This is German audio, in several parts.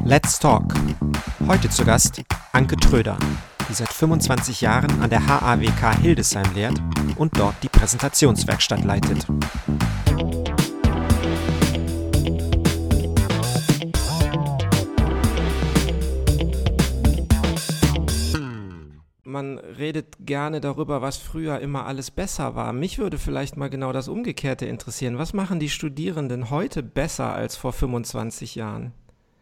Let's Talk. Heute zu Gast Anke Tröder, die seit 25 Jahren an der HAWK Hildesheim lehrt und dort die Präsentationswerkstatt leitet. Man redet gerne darüber, was früher immer alles besser war. Mich würde vielleicht mal genau das Umgekehrte interessieren. Was machen die Studierenden heute besser als vor 25 Jahren?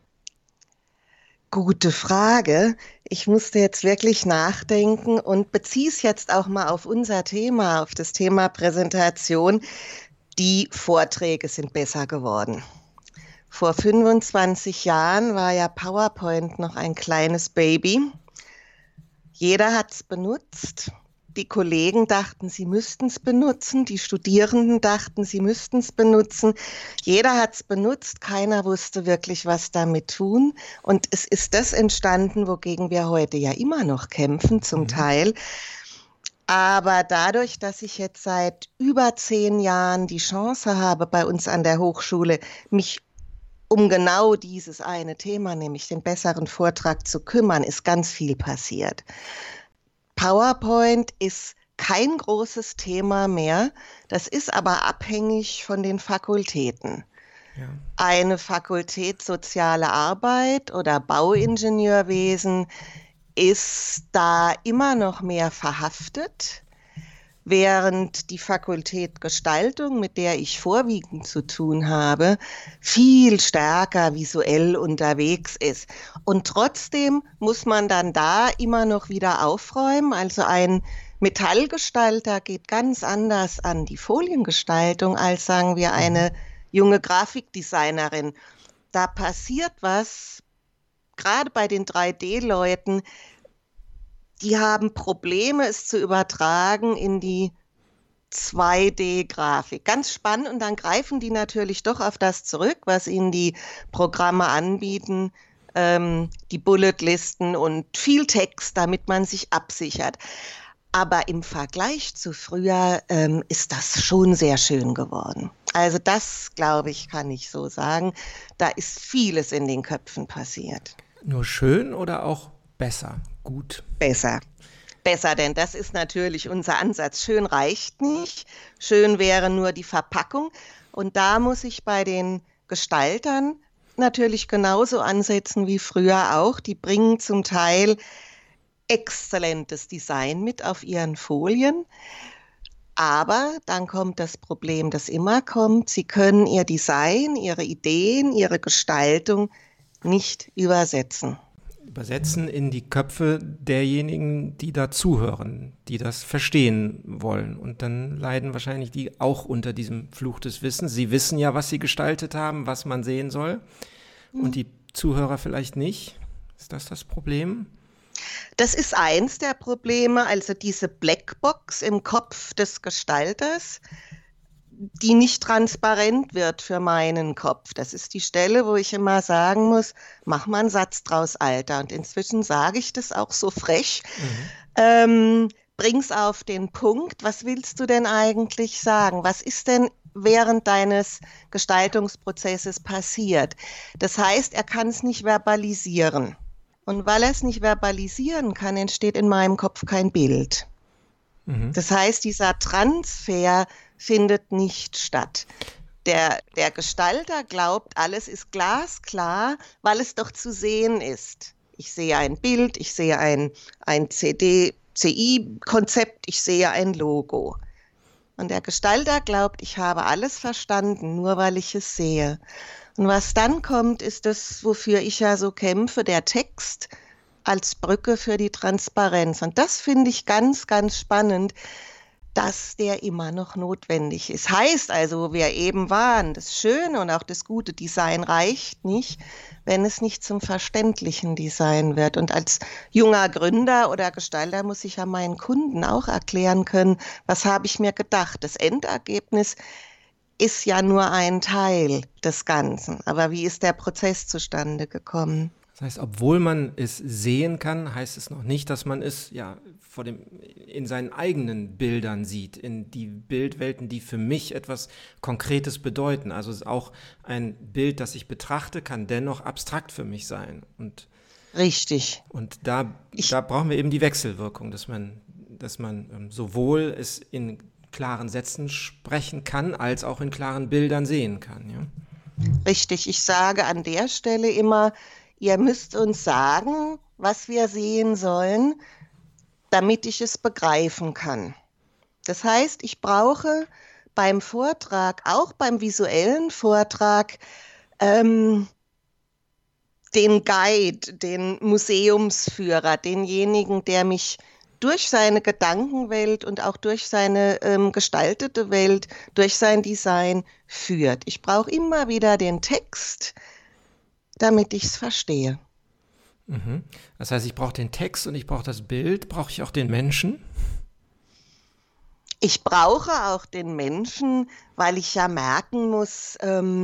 Gute Frage. Ich musste jetzt wirklich nachdenken und beziehe es jetzt auch mal auf unser Thema, auf das Thema Präsentation. Die Vorträge sind besser geworden. Vor 25 Jahren war ja PowerPoint noch ein kleines Baby. Jeder hat es benutzt. Die Kollegen dachten, sie müssten es benutzen. Die Studierenden dachten, sie müssten es benutzen. Jeder hat es benutzt. Keiner wusste wirklich, was damit tun. Und es ist das entstanden, wogegen wir heute ja immer noch kämpfen, zum Teil. Aber dadurch, dass ich jetzt seit über 10 Jahren die Chance habe, bei uns an der Hochschule mich um genau dieses eine Thema, nämlich den besseren Vortrag zu kümmern, ist ganz viel passiert. PowerPoint ist kein großes Thema mehr. Das ist aber abhängig von den Fakultäten. Ja. Eine Fakultät Soziale Arbeit oder Bauingenieurwesen ist da immer noch mehr verhaftet, während die Fakultät Gestaltung, mit der ich vorwiegend zu tun habe, viel stärker visuell unterwegs ist. Und trotzdem muss man dann da immer noch wieder aufräumen. Also ein Metallgestalter geht ganz anders an die Foliengestaltung als, sagen wir, eine junge Grafikdesignerin. Da passiert was, gerade bei den 3D-Leuten, die haben Probleme, es zu übertragen in die 2D-Grafik. Ganz spannend, und dann greifen die natürlich doch auf das zurück, was ihnen die Programme anbieten, die Bulletlisten und viel Text, damit man sich absichert. Aber im Vergleich zu früher ist das schon sehr schön geworden. Also das, glaube ich, kann ich so sagen. Da ist vieles in den Köpfen passiert. Nur schön oder auch besser? Gut. Besser, denn das ist natürlich unser Ansatz. Schön reicht nicht. Schön wäre nur die Verpackung. Und da muss ich bei den Gestaltern natürlich genauso ansetzen wie früher auch. Die bringen zum Teil exzellentes Design mit auf ihren Folien. Aber dann kommt das Problem, das immer kommt. Sie können ihr Design, ihre Ideen, ihre Gestaltung nicht übersetzen. Übersetzen in die Köpfe derjenigen, die da zuhören, die das verstehen wollen. Und dann leiden wahrscheinlich die auch unter diesem Fluch des Wissens. Sie wissen ja, was sie gestaltet haben, was man sehen soll. Und die Zuhörer vielleicht nicht. Ist das Problem? Das ist eins der Probleme, also diese Blackbox im Kopf des Gestalters, die nicht transparent wird für meinen Kopf. Das ist die Stelle, wo ich immer sagen muss, mach mal einen Satz draus, Alter. Und inzwischen sage ich das auch so frech. Bring's auf den Punkt. Was willst du denn eigentlich sagen? Was ist denn während deines Gestaltungsprozesses passiert? Das heißt, er kann es nicht verbalisieren. Und weil er es nicht verbalisieren kann, entsteht in meinem Kopf kein Bild. Das heißt, dieser Transfer findet nicht statt. Der Gestalter glaubt, alles ist glasklar, weil es doch zu sehen ist. Ich sehe ein Bild, ich sehe ein CI-Konzept, ich sehe ein Logo. Und der Gestalter glaubt, ich habe alles verstanden, nur weil ich es sehe. Und was dann kommt, ist das, wofür ich ja so kämpfe, der Text als Brücke für die Transparenz. Und das finde ich ganz, ganz spannend, dass der immer noch notwendig ist. Heißt also, wo wir eben waren, das schöne und auch das gute Design reicht nicht, wenn es nicht zum verständlichen Design wird. Und als junger Gründer oder Gestalter muss ich ja meinen Kunden auch erklären können, was habe ich mir gedacht. Das Endergebnis ist ja nur ein Teil des Ganzen. Aber wie ist der Prozess zustande gekommen? Das heißt, obwohl man es sehen kann, heißt es noch nicht, dass man es ja in seinen eigenen Bildern sieht, in die Bildwelten, die für mich etwas Konkretes bedeuten. Also es ist auch ein Bild, das ich betrachte, kann dennoch abstrakt für mich sein. Richtig. Und da brauchen wir eben die Wechselwirkung, dass man sowohl es in klaren Sätzen sprechen kann, als auch in klaren Bildern sehen kann. Ja? Richtig. Ich sage an der Stelle immer, ihr müsst uns sagen, was wir sehen sollen, damit ich es begreifen kann. Das heißt, ich brauche beim Vortrag, auch beim visuellen Vortrag, den Guide, den Museumsführer, denjenigen, der mich durch seine Gedankenwelt und auch durch seine gestaltete Welt, durch sein Design führt. Ich brauche immer wieder den Text, damit ich es verstehe. Mhm. Das heißt, ich brauche den Text und ich brauche das Bild. Brauche ich auch den Menschen? Ich brauche auch den Menschen, weil ich ja merken muss,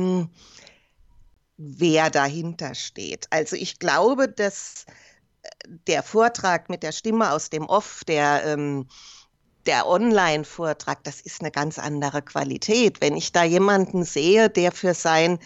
wer dahinter steht. Also ich glaube, dass der Vortrag mit der Stimme aus dem Off, der Online-Vortrag, das ist eine ganz andere Qualität. Wenn ich da jemanden sehe, der für sein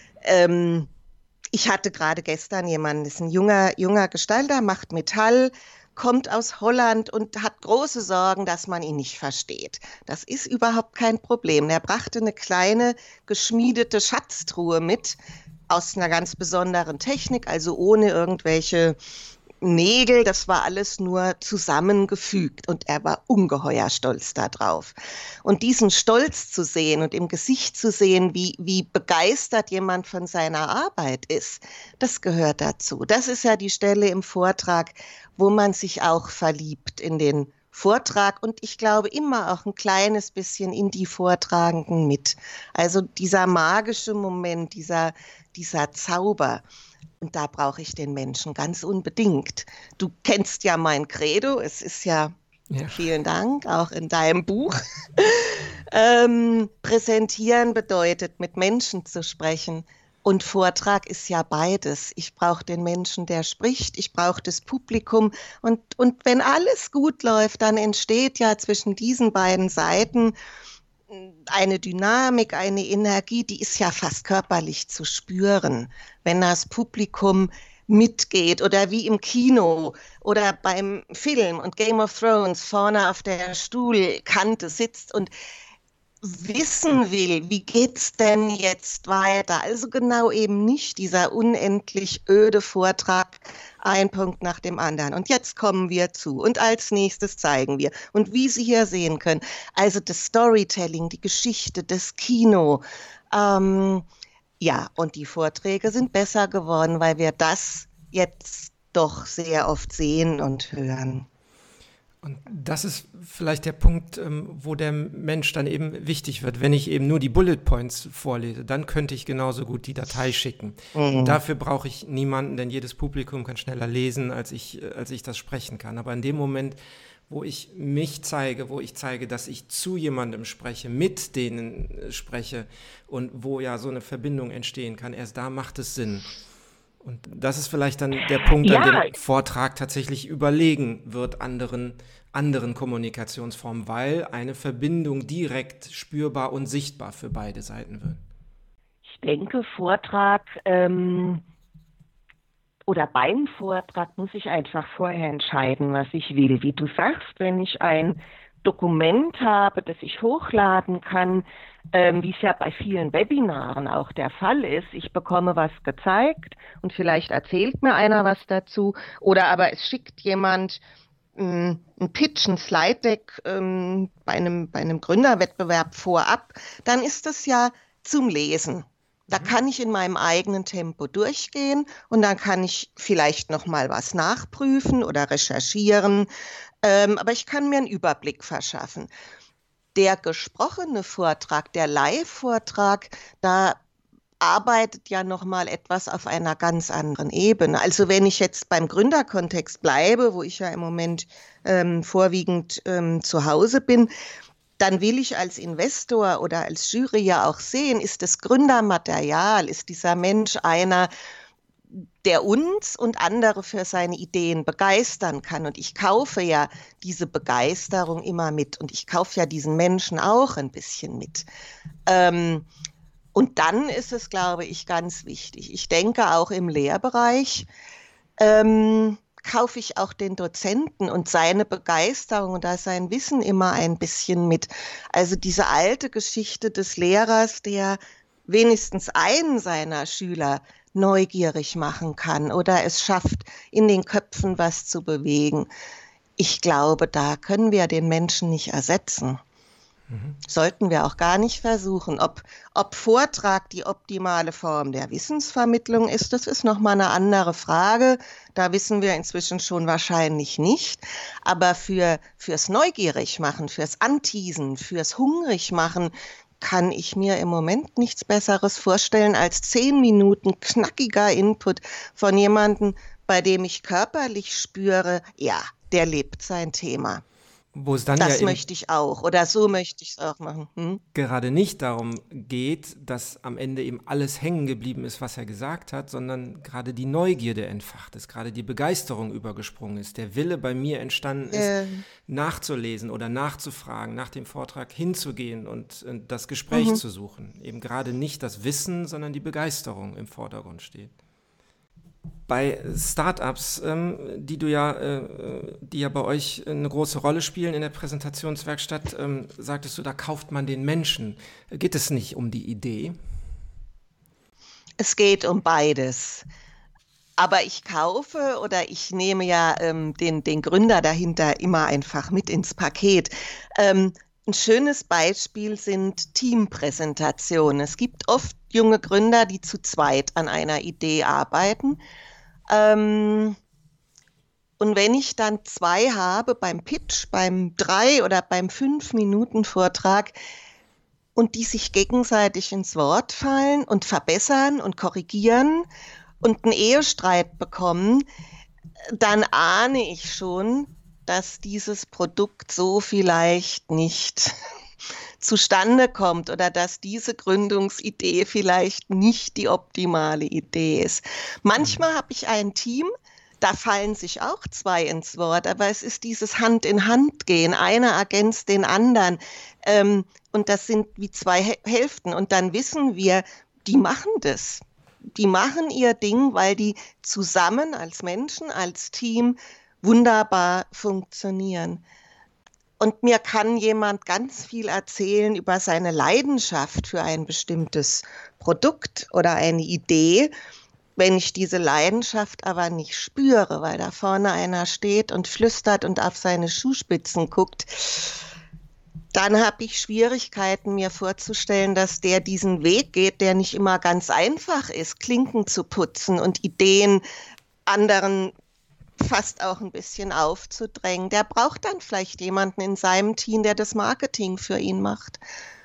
ich hatte gerade gestern jemanden, das ist ein junger Gestalter, macht Metall, kommt aus Holland und hat große Sorgen, dass man ihn nicht versteht. Das ist überhaupt kein Problem. Er brachte eine kleine geschmiedete Schatztruhe mit aus einer ganz besonderen Technik, also ohne irgendwelche Nägel, das war alles nur zusammengefügt und er war ungeheuer stolz darauf. Und diesen Stolz zu sehen und im Gesicht zu sehen, wie begeistert jemand von seiner Arbeit ist, das gehört dazu. Das ist ja die Stelle im Vortrag, wo man sich auch verliebt in den Vortrag und ich glaube immer auch ein kleines bisschen in die Vortragenden mit. Also dieser magische Moment, dieser Zauber. Und da brauche ich den Menschen ganz unbedingt. Du kennst ja mein Credo, es ist ja, vielen Dank, auch in deinem Buch. Präsentieren bedeutet, mit Menschen zu sprechen. Und Vortrag ist ja beides. Ich brauche den Menschen, der spricht, ich brauche das Publikum. Und wenn alles gut läuft, dann entsteht ja zwischen diesen beiden Seiten eine Dynamik, eine Energie, die ist ja fast körperlich zu spüren, wenn das Publikum mitgeht oder wie im Kino oder beim Film und Game of Thrones vorne auf der Stuhlkante sitzt und wissen will, wie geht's denn jetzt weiter? Also genau eben nicht dieser unendlich öde Vortrag, ein Punkt nach dem anderen. Und jetzt kommen wir zu. Und als nächstes zeigen wir. Und wie Sie hier sehen können, also das Storytelling, die Geschichte, das Kino. Ja, und die Vorträge sind besser geworden, weil wir das jetzt doch sehr oft sehen und hören. Und das ist vielleicht der Punkt, wo der Mensch dann eben wichtig wird. Wenn ich eben nur die Bullet Points vorlese, dann könnte ich genauso gut die Datei schicken. Und dafür brauche ich niemanden, denn jedes Publikum kann schneller lesen, als ich das sprechen kann. Aber in dem Moment, wo ich mich zeige, wo ich zeige, dass ich zu jemandem spreche, mit denen spreche und wo ja so eine Verbindung entstehen kann, erst da macht es Sinn. Und das ist vielleicht dann der Punkt, an dem Vortrag tatsächlich überlegen wird anderen Kommunikationsformen, weil eine Verbindung direkt spürbar und sichtbar für beide Seiten wird. Ich denke, Vortrag oder beim Vortrag muss ich einfach vorher entscheiden, was ich will. Wie du sagst, wenn ich ein Dokument habe, das ich hochladen kann, wie es ja bei vielen Webinaren auch der Fall ist. Ich bekomme was gezeigt und vielleicht erzählt mir einer was dazu oder aber es schickt jemand ein Pitch, ein Slide-Deck bei einem Gründerwettbewerb vorab, dann ist das ja zum Lesen. Da kann ich in meinem eigenen Tempo durchgehen und dann kann ich vielleicht noch mal was nachprüfen oder recherchieren, aber ich kann mir einen Überblick verschaffen. Der gesprochene Vortrag, der Live-Vortrag, da arbeitet ja noch mal etwas auf einer ganz anderen Ebene. Also wenn ich jetzt beim Gründerkontext bleibe, wo ich ja im Moment vorwiegend zu Hause bin, dann will ich als Investor oder als Jury ja auch sehen, ist das Gründermaterial, ist dieser Mensch einer, der uns und andere für seine Ideen begeistern kann. Und ich kaufe ja diese Begeisterung immer mit und ich kaufe ja diesen Menschen auch ein bisschen mit. Und dann ist es, glaube ich, ganz wichtig. Ich denke auch im Lehrbereich kaufe ich auch den Dozenten und seine Begeisterung und sein Wissen immer ein bisschen mit. Also diese alte Geschichte des Lehrers, der wenigstens einen seiner Schüler neugierig machen kann oder es schafft, in den Köpfen was zu bewegen. Ich glaube, da können wir den Menschen nicht ersetzen. Sollten wir auch gar nicht versuchen. Ob Vortrag die optimale Form der Wissensvermittlung ist, das ist nochmal eine andere Frage. Da wissen wir inzwischen schon wahrscheinlich nicht. Aber fürs Neugierigmachen, fürs Anteasen, fürs Hungrigmachen kann ich mir im Moment nichts Besseres vorstellen als 10 Minuten knackiger Input von jemandem, bei dem ich körperlich spüre, ja, der lebt sein Thema. Wo es dann das ja möchte ich auch oder so möchte ich es auch machen. Gerade nicht darum geht, dass am Ende eben alles hängen geblieben ist, was er gesagt hat, sondern gerade die Neugierde entfacht ist, gerade die Begeisterung übergesprungen ist, der Wille bei mir entstanden ist, nachzulesen oder nachzufragen, nach dem Vortrag hinzugehen und das Gespräch zu suchen. Eben gerade nicht das Wissen, sondern die Begeisterung im Vordergrund steht. Bei Startups, die ja bei euch eine große Rolle spielen in der Präsentationswerkstatt, sagtest du, da kauft man den Menschen. Geht es nicht um die Idee? Es geht um beides. Aber ich kaufe oder ich nehme ja den Gründer dahinter immer einfach mit ins Paket. Ein schönes Beispiel sind Teampräsentationen. Es gibt oft junge Gründer, die zu zweit an einer Idee arbeiten. Und wenn ich dann 2 habe beim Pitch, beim 3 oder beim 5-Minuten-Vortrag und die sich gegenseitig ins Wort fallen und verbessern und korrigieren und einen Ehestreit bekommen, dann ahne ich schon, dass dieses Produkt so vielleicht nicht zustande kommt oder dass diese Gründungsidee vielleicht nicht die optimale Idee ist. Manchmal habe ich ein Team, da fallen sich auch 2 ins Wort, aber es ist dieses Hand in Hand gehen, einer ergänzt den anderen und das sind wie 2 Hälften und dann wissen wir, die machen das. Die machen ihr Ding, weil die zusammen als Menschen, als Team wunderbar funktionieren. Und mir kann jemand ganz viel erzählen über seine Leidenschaft für ein bestimmtes Produkt oder eine Idee. Wenn ich diese Leidenschaft aber nicht spüre, weil da vorne einer steht und flüstert und auf seine Schuhspitzen guckt, dann habe ich Schwierigkeiten, mir vorzustellen, dass der diesen Weg geht, der nicht immer ganz einfach ist, Klinken zu putzen und Ideen anderen fast auch ein bisschen aufzudrängen. Der braucht dann vielleicht jemanden in seinem Team, der das Marketing für ihn macht.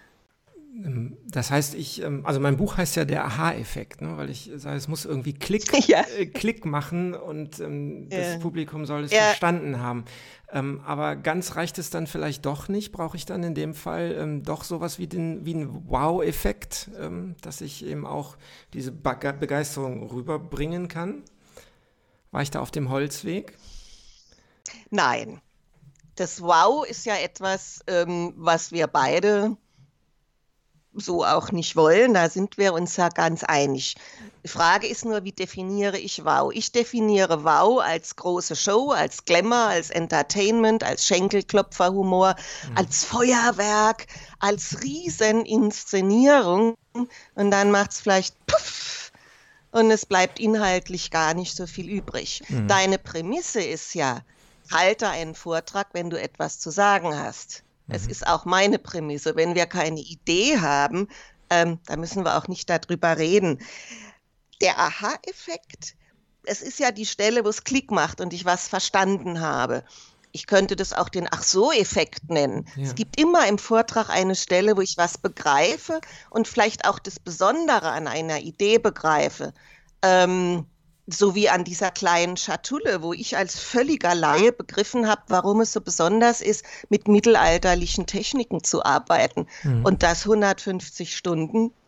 Das heißt, also mein Buch heißt ja der Aha-Effekt, ne? Weil ich sage, es muss irgendwie Klick machen und das Publikum soll es verstanden haben. Aber ganz reicht es dann vielleicht doch nicht? Brauche ich dann in dem Fall doch sowas wie einen Wow-Effekt, dass ich eben auch diese Begeisterung rüberbringen kann? War ich da auf dem Holzweg? Nein. Das Wow ist ja etwas, was wir beide so auch nicht wollen. Da sind wir uns ja ganz einig. Die Frage ist nur, wie definiere ich Wow? Ich definiere Wow als große Show, als Glamour, als Entertainment, als Schenkelklopferhumor, als Feuerwerk, als Rieseninszenierung. Und dann macht es vielleicht Puff. Und es bleibt inhaltlich gar nicht so viel übrig. Deine Prämisse ist ja, halte einen Vortrag, wenn du etwas zu sagen hast. Es ist auch meine Prämisse. Wenn wir keine Idee haben, dann müssen wir auch nicht darüber reden. Der Aha-Effekt, es ist ja die Stelle, wo es Klick macht und ich was verstanden habe. Ich könnte das auch den Ach-so-Effekt nennen. Ja. Es gibt immer im Vortrag eine Stelle, wo ich was begreife und vielleicht auch das Besondere an einer Idee begreife. So wie an dieser kleinen Schatulle, wo ich als völliger Laie begriffen habe, warum es so besonders ist, mit mittelalterlichen Techniken zu arbeiten. Und das 150 Stunden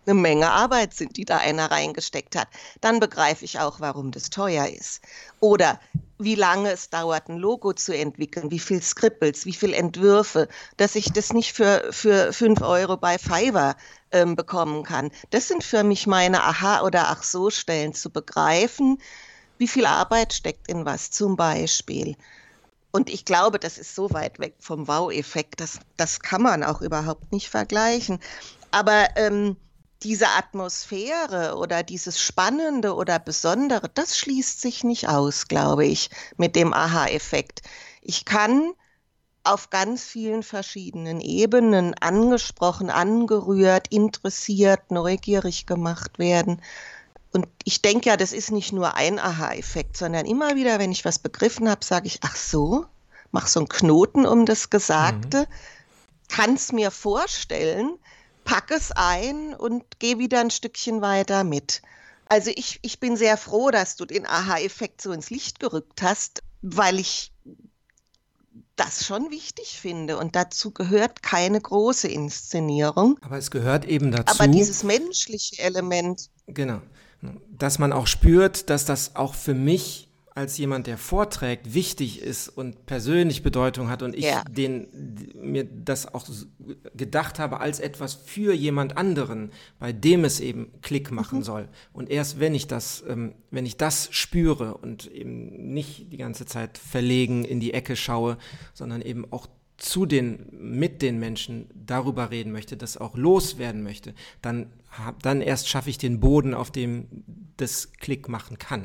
eine Menge Arbeit sind, die da einer reingesteckt hat. Dann begreife ich auch, warum das teuer ist. Oder wie lange es dauert, ein Logo zu entwickeln, wie viel Skrippels, wie viel Entwürfe, dass ich das nicht für 5 Euro bei Fiverr bekommen kann. Das sind für mich meine Aha- oder Ach-so-Stellen, zu begreifen, wie viel Arbeit steckt in was zum Beispiel. Und ich glaube, das ist so weit weg vom Wow-Effekt, das kann man auch überhaupt nicht vergleichen. Aber diese Atmosphäre oder dieses Spannende oder Besondere, das schließt sich nicht aus, glaube ich, mit dem Aha-Effekt. Ich kann auf ganz vielen verschiedenen Ebenen angesprochen, angerührt, interessiert, neugierig gemacht werden. Und ich denke ja, das ist nicht nur ein Aha-Effekt, sondern immer wieder, wenn ich was begriffen habe, sage ich, ach so, mach so einen Knoten um das Gesagte, kann es mir vorstellen, pack es ein und gehe wieder ein Stückchen weiter mit. Also ich bin sehr froh, dass du den Aha-Effekt so ins Licht gerückt hast, weil ich das schon wichtig finde. Und dazu gehört keine große Inszenierung. Aber es gehört eben dazu. Aber dieses menschliche Element. Genau. Dass man auch spürt, dass das auch für mich als jemand, der vorträgt, wichtig ist und persönlich Bedeutung hat und ich mir das auch gedacht habe als etwas für jemand anderen, bei dem es eben Klick machen soll. Und erst wenn ich das spüre und eben nicht die ganze Zeit verlegen in die Ecke schaue, sondern eben auch mit den Menschen darüber reden möchte, das auch loswerden möchte, dann erst schaffe ich den Boden, auf dem das Klick machen kann.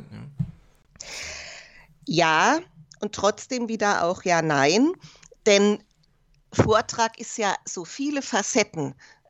Ja, und trotzdem wieder auch ja, nein, denn Vortrag ist ja so viele Facetten.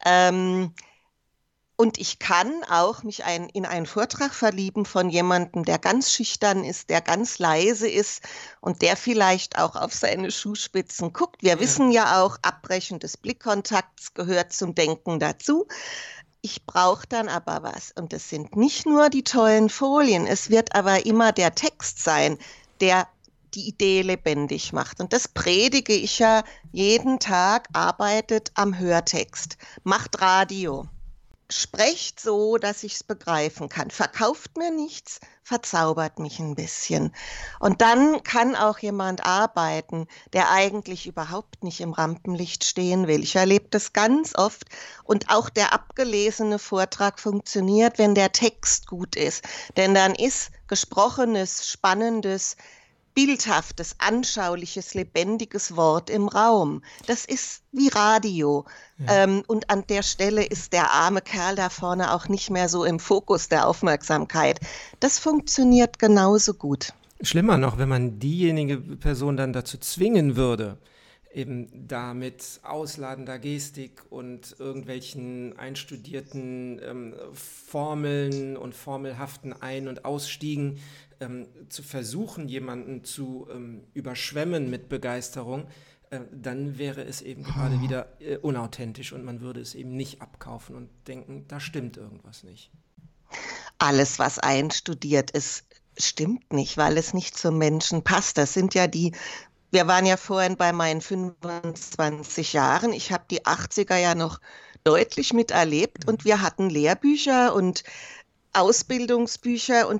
Und ich kann auch mich in einen Vortrag verlieben von jemandem, der ganz schüchtern ist, der ganz leise ist und der vielleicht auch auf seine Schuhspitzen guckt. Wir wissen ja auch, Abbrechen des Blickkontakts gehört zum Denken dazu. Ich brauche dann aber was. Und es sind nicht nur die tollen Folien, es wird aber immer der Text sein, der die Idee lebendig macht. Und das predige ich ja jeden Tag, arbeitet am Hörtext, macht Radio. Sprecht so, dass ich es begreifen kann. Verkauft mir nichts, verzaubert mich ein bisschen. Und dann kann auch jemand arbeiten, der eigentlich überhaupt nicht im Rampenlicht stehen will. Ich erlebe das ganz oft. Und auch der abgelesene Vortrag funktioniert, wenn der Text gut ist. Denn dann ist gesprochenes, spannendes, bildhaftes, anschauliches, lebendiges Wort im Raum. Das ist wie Radio. Ja. Und an der Stelle ist der arme Kerl da vorne auch nicht mehr so im Fokus der Aufmerksamkeit. Das funktioniert genauso gut. Schlimmer noch, wenn man diejenige Person dann dazu zwingen würde, eben da mit ausladender Gestik und irgendwelchen einstudierten Formeln und formelhaften Ein- und Ausstiegen zu versuchen, jemanden zu überschwemmen mit Begeisterung, dann wäre es eben gerade wieder unauthentisch und man würde es eben nicht abkaufen und denken, da stimmt irgendwas nicht. Alles, was einstudiert ist, stimmt nicht, weil es nicht zum Menschen passt. Das sind ja wir waren ja vorhin bei meinen 25 Jahren. Ich habe die 80er ja noch deutlich miterlebt und wir hatten Lehrbücher und Ausbildungsbücher und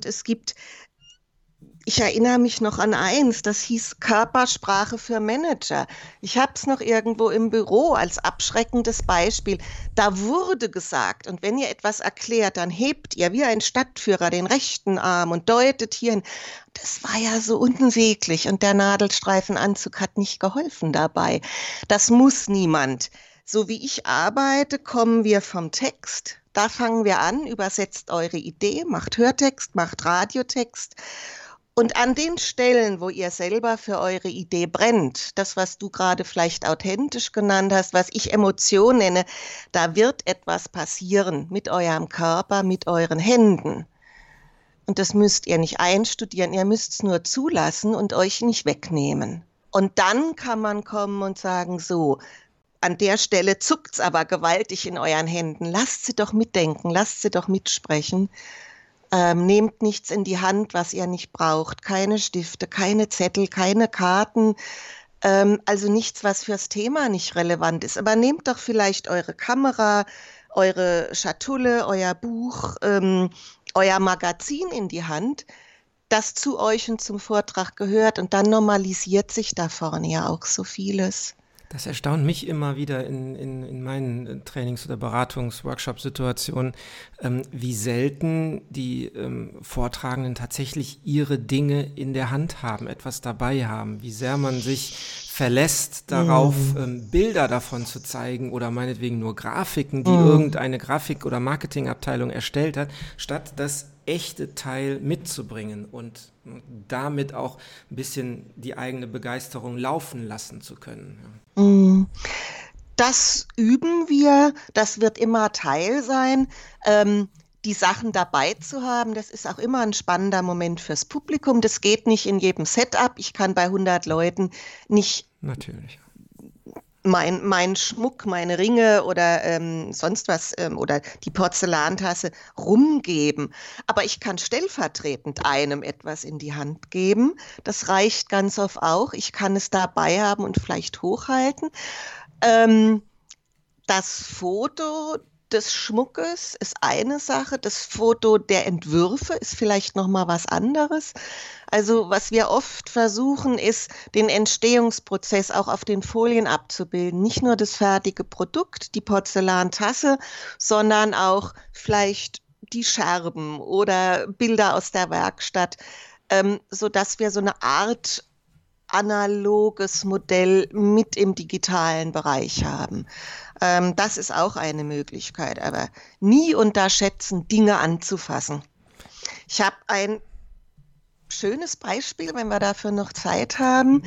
ich erinnere mich noch an eins, das hieß Körpersprache für Manager. Ich habe es noch irgendwo im Büro als abschreckendes Beispiel. Da wurde gesagt, und wenn ihr etwas erklärt, dann hebt ihr wie ein Stadtführer den rechten Arm und deutet hierhin. Das war ja so unsäglich und der Nadelstreifenanzug hat nicht geholfen dabei. Das muss niemand. So wie ich arbeite, kommen wir vom Text. Da fangen wir an, übersetzt eure Idee, macht Hörtext, macht Radiotext. Und an den Stellen, wo ihr selber für eure Idee brennt, das, was du gerade vielleicht authentisch genannt hast, was ich Emotion nenne, da wird etwas passieren mit eurem Körper, mit euren Händen. Und das müsst ihr nicht einstudieren, ihr müsst es nur zulassen und euch nicht wegnehmen. Und dann kann man kommen und sagen, so, an der Stelle zuckt's aber gewaltig in euren Händen. Lasst sie doch mitdenken, lasst sie doch mitsprechen. Nehmt nichts in die Hand, was ihr nicht braucht. Keine Stifte, keine Zettel, keine Karten. Also nichts, was fürs Thema nicht relevant ist. Aber nehmt doch vielleicht eure Kamera, eure Schatulle, euer Buch, euer Magazin in die Hand, das zu euch und zum Vortrag gehört. Und dann normalisiert sich da vorne ja auch so vieles. Das erstaunt mich immer wieder in meinen Trainings- oder Beratungs-Workshop-Situationen, wie selten die Vortragenden tatsächlich ihre Dinge in der Hand haben, etwas dabei haben, wie sehr man sich verlässt darauf, Bilder davon zu zeigen oder meinetwegen nur Grafiken, die irgendeine Grafik- oder Marketingabteilung erstellt hat, statt das echte Teil mitzubringen und damit auch ein bisschen die eigene Begeisterung laufen lassen zu können. Das üben wir, das wird immer Teil sein. Die Sachen dabei zu haben, das ist auch immer ein spannender Moment fürs Publikum. Das geht nicht in jedem Setup. Ich kann bei 100 Leuten nicht Natürlich. mein Schmuck, meine Ringe oder sonst was oder die Porzellantasse rumgeben. Aber ich kann stellvertretend einem etwas in die Hand geben. Das reicht ganz oft auch. Ich kann es dabei haben und vielleicht hochhalten. Das Foto des Schmuckes ist eine Sache, das Foto der Entwürfe ist vielleicht noch mal was anderes. Also was wir oft versuchen, ist, den Entstehungsprozess auch auf den Folien abzubilden. Nicht nur das fertige Produkt, die Porzellantasse, sondern auch vielleicht die Scherben oder Bilder aus der Werkstatt, sodass wir so eine Art analoges Modell mit im digitalen Bereich haben. Das ist auch eine Möglichkeit, aber nie unterschätzen, Dinge anzufassen. Ich habe ein schönes Beispiel, wenn wir dafür noch Zeit haben,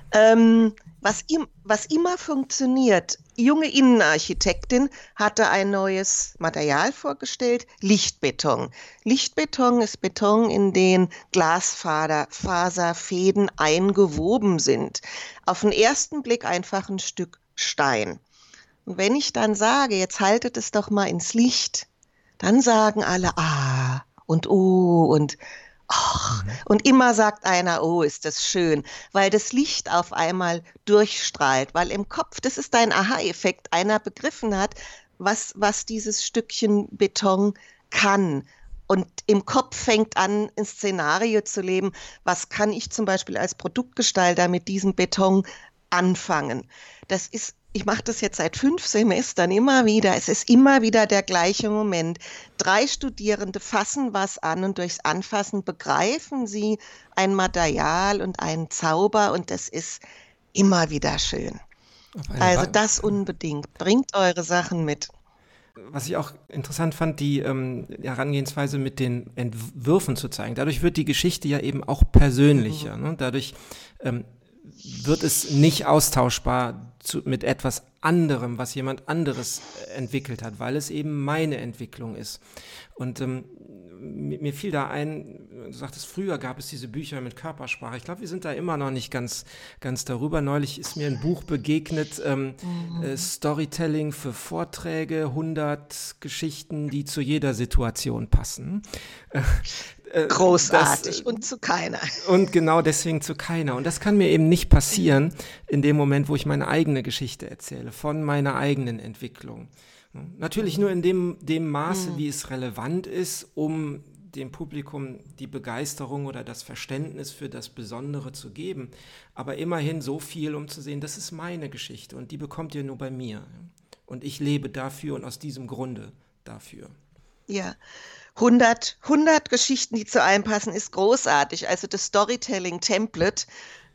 was immer funktioniert. Junge Innenarchitektin hatte ein neues Material vorgestellt, Lichtbeton. Lichtbeton ist Beton, in den Glasfaserfäden eingewoben sind. Auf den ersten Blick einfach ein Stück Stein. Und wenn ich dann sage, jetzt haltet es doch mal ins Licht, dann sagen alle, ah und oh und ach. Und immer sagt einer, oh, ist das schön, weil das Licht auf einmal durchstrahlt, weil im Kopf, das ist ein Aha-Effekt, einer begriffen hat, was dieses Stückchen Beton kann. Und im Kopf fängt an, ein Szenario zu leben, was kann ich zum Beispiel als Produktgestalter mit diesem Beton anfangen. Ich mache das jetzt seit 5 Semestern immer wieder. Es ist immer wieder der gleiche Moment. 3 Studierende fassen was an und durchs Anfassen begreifen sie ein Material und einen Zauber und das ist immer wieder schön. Also das unbedingt. Bringt eure Sachen mit. Was ich auch interessant fand, die Herangehensweise mit den Entwürfen zu zeigen. Dadurch wird die Geschichte ja eben auch persönlicher. Ne? Dadurch wird es nicht austauschbar mit etwas anderem, was jemand anderes entwickelt hat, weil es eben meine Entwicklung ist. Und mir fiel da ein, du sagtest, früher gab es diese Bücher mit Körpersprache. Ich glaube, wir sind da immer noch nicht ganz darüber. Neulich ist mir ein Buch begegnet, Storytelling für Vorträge, 100 Geschichten, die zu jeder Situation passen. Großartig und zu keiner. Und genau deswegen zu keiner. Und das kann mir eben nicht passieren in dem Moment, wo ich meine eigene Geschichte erzähle, von meiner eigenen Entwicklung. Natürlich nur in dem Maße, wie es relevant ist, um dem Publikum die Begeisterung oder das Verständnis für das Besondere zu geben. Aber immerhin so viel, um zu sehen, das ist meine Geschichte und die bekommt ihr nur bei mir. Und ich lebe dafür und aus diesem Grunde dafür. Ja. 100 Geschichten, die zu einem passen, ist großartig. Also das Storytelling-Template.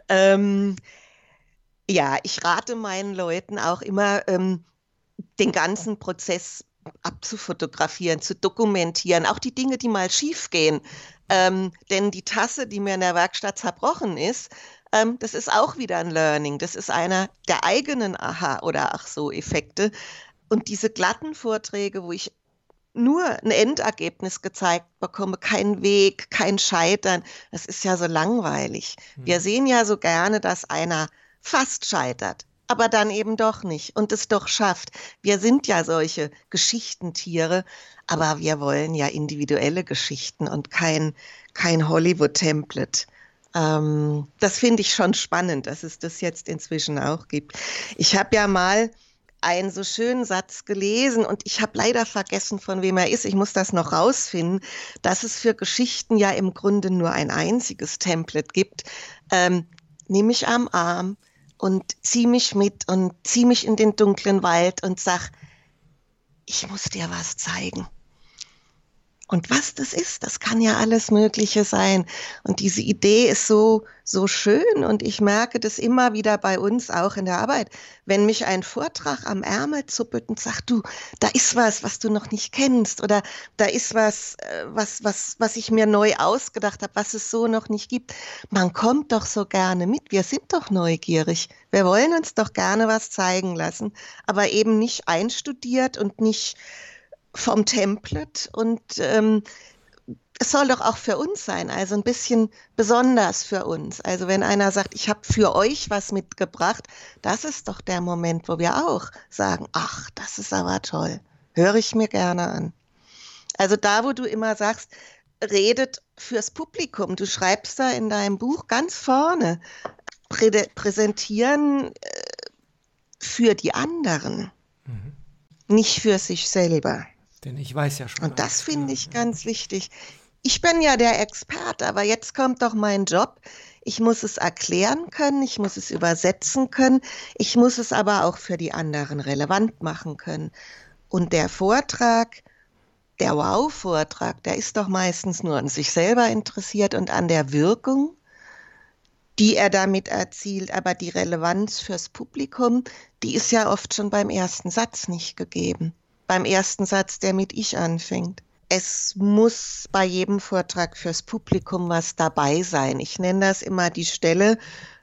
Ja, ich rate meinen Leuten auch immer, den ganzen Prozess abzufotografieren, zu dokumentieren. Auch die Dinge, die mal schief gehen. Denn die Tasse, die mir in der Werkstatt zerbrochen ist, das ist auch wieder ein Learning. Das ist einer der eigenen Aha- oder Ach-so-Effekte. Und diese glatten Vorträge, wo ich nur ein Endergebnis gezeigt bekomme, kein Weg, kein Scheitern. Das ist ja so langweilig. Wir sehen ja so gerne, dass einer fast scheitert, aber dann eben doch nicht und es doch schafft. Wir sind ja solche Geschichtentiere, aber wir wollen ja individuelle Geschichten und kein Hollywood-Template. Das finde ich schon spannend, dass es das jetzt inzwischen auch gibt. Ich habe ja mal einen so schönen Satz gelesen und ich habe leider vergessen, von wem er ist. Ich muss das noch rausfinden, dass es für Geschichten ja im Grunde nur ein einziges Template gibt. Nimm mich am Arm und zieh mich mit und zieh mich in den dunklen Wald und sag, ich muss dir was zeigen. Und was das ist, das kann ja alles Mögliche sein. Und diese Idee ist so schön und ich merke das immer wieder bei uns auch in der Arbeit. Wenn mich ein Vortrag am Ärmel zuppelt und sagt, du, da ist was du noch nicht kennst oder da ist was ich mir neu ausgedacht habe, was es so noch nicht gibt. Man kommt doch so gerne mit. Wir sind doch neugierig. Wir wollen uns doch gerne was zeigen lassen, aber eben nicht einstudiert und nicht vom Template und es soll doch auch für uns sein, also ein bisschen besonders für uns. Also wenn einer sagt, ich habe für euch was mitgebracht, das ist doch der Moment, wo wir auch sagen, ach, das ist aber toll, höre ich mir gerne an. Also da, wo du immer sagst, redet fürs Publikum, du schreibst da in deinem Buch ganz vorne, präsentieren für die anderen, nicht für sich selber. Denn ich weiß ja schon. Und das finde ich ganz wichtig. Ich bin ja der Experte, aber jetzt kommt doch mein Job. Ich muss es erklären können, ich muss es übersetzen können, ich muss es aber auch für die anderen relevant machen können. Und der Vortrag, der Wow-Vortrag, der ist doch meistens nur an sich selber interessiert und an der Wirkung, die er damit erzielt. Aber die Relevanz fürs Publikum, die ist ja oft schon beim ersten Satz nicht gegeben. Beim ersten Satz, der mit Ich anfängt. Es muss bei jedem Vortrag fürs Publikum was dabei sein. Ich nenne das immer die Stelle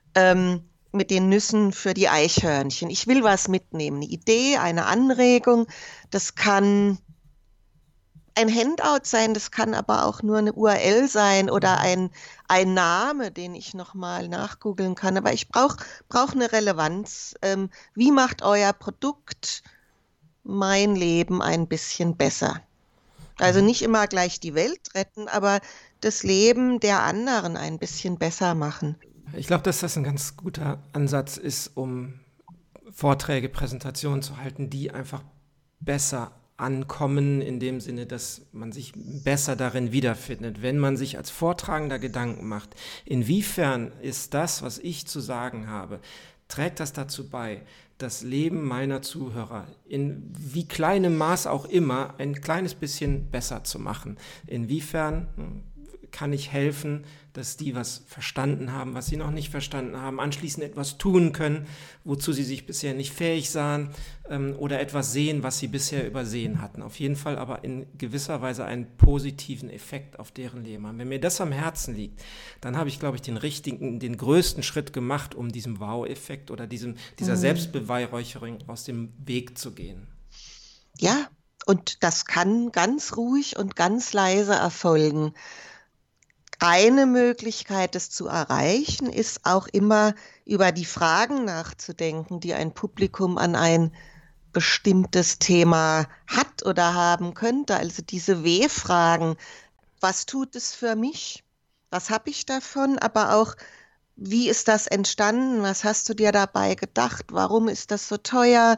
mit den Nüssen für die Eichhörnchen. Ich will was mitnehmen, eine Idee, eine Anregung. Das kann ein Handout sein, das kann aber auch nur eine URL sein oder ein Name, den ich nochmal nachgoogeln kann. Aber ich brauch eine Relevanz. Wie macht euer Produkt mein Leben ein bisschen besser? Also nicht immer gleich die Welt retten, aber das Leben der anderen ein bisschen besser machen. Ich glaube, dass das ein ganz guter Ansatz ist, um Vorträge, Präsentationen zu halten, die einfach besser ankommen, in dem Sinne, dass man sich besser darin wiederfindet. Wenn man sich als Vortragender Gedanken macht, inwiefern ist das, was ich zu sagen habe, trägt das dazu bei, das Leben meiner Zuhörer in wie kleinem Maß auch immer ein kleines bisschen besser zu machen. Inwiefern kann ich helfen, dass die was verstanden haben, was sie noch nicht verstanden haben, anschließend etwas tun können, wozu sie sich bisher nicht fähig sahen, oder etwas sehen, was sie bisher übersehen hatten. Auf jeden Fall aber in gewisser Weise einen positiven Effekt auf deren Leben haben. Wenn mir das am Herzen liegt, dann habe ich, glaube ich, den größten Schritt gemacht, um diesem Wow-Effekt oder dieser Selbstbeweihräucherung aus dem Weg zu gehen. Ja, und das kann ganz ruhig und ganz leise erfolgen. Eine Möglichkeit, es zu erreichen, ist auch immer über die Fragen nachzudenken, die ein Publikum an ein bestimmtes Thema hat oder haben könnte. Also diese W-Fragen. Was tut es für mich? Was habe ich davon? Aber auch, wie ist das entstanden? Was hast du dir dabei gedacht? Warum ist das so teuer?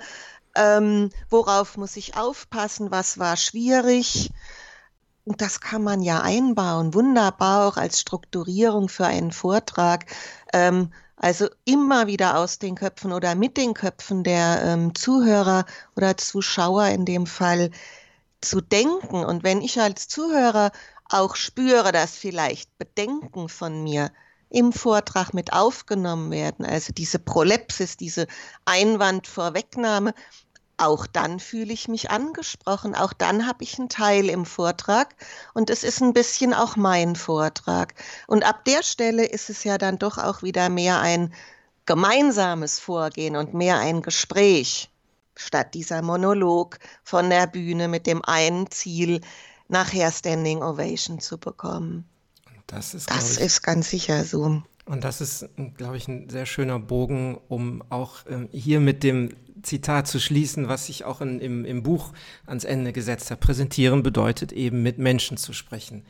Worauf muss ich aufpassen? Was war schwierig? Und das kann man ja einbauen, wunderbar auch als Strukturierung für einen Vortrag. Also immer wieder aus den Köpfen oder mit den Köpfen der Zuhörer oder Zuschauer in dem Fall zu denken. Und wenn ich als Zuhörer auch spüre, dass vielleicht Bedenken von mir im Vortrag mit aufgenommen werden, also diese Prolepsis, diese Einwandvorwegnahme, auch dann fühle ich mich angesprochen, auch dann habe ich einen Teil im Vortrag und es ist ein bisschen auch mein Vortrag. Und ab der Stelle ist es ja dann doch auch wieder mehr ein gemeinsames Vorgehen und mehr ein Gespräch, statt dieser Monolog von der Bühne mit dem einen Ziel, nachher Standing Ovation zu bekommen. Das ist ganz sicher so. Und das ist, glaube ich, ein sehr schöner Bogen, um auch hier mit dem Zitat zu schließen, was ich auch im Buch ans Ende gesetzt habe. Präsentieren bedeutet eben, mit Menschen zu sprechen.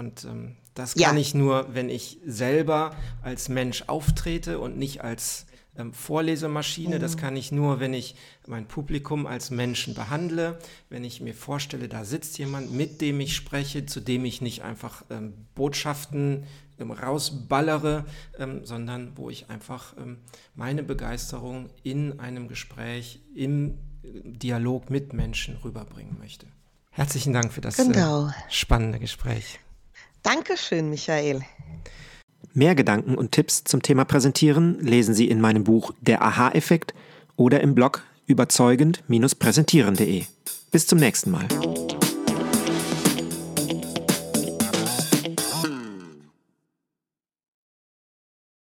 Das kann ich nur, wenn ich selber als Mensch auftrete und nicht als Vorlesemaschine. Das kann ich nur, wenn ich mein Publikum als Menschen behandle, wenn ich mir vorstelle, da sitzt jemand, mit dem ich spreche, zu dem ich nicht einfach Botschaften rausballere, sondern wo ich einfach meine Begeisterung in einem Gespräch, im Dialog mit Menschen rüberbringen möchte. Herzlichen Dank für das spannende Gespräch. Dankeschön, Michael. Mehr Gedanken und Tipps zum Thema Präsentieren lesen Sie in meinem Buch Der Aha-Effekt oder im Blog überzeugend-präsentieren.de. Bis zum nächsten Mal.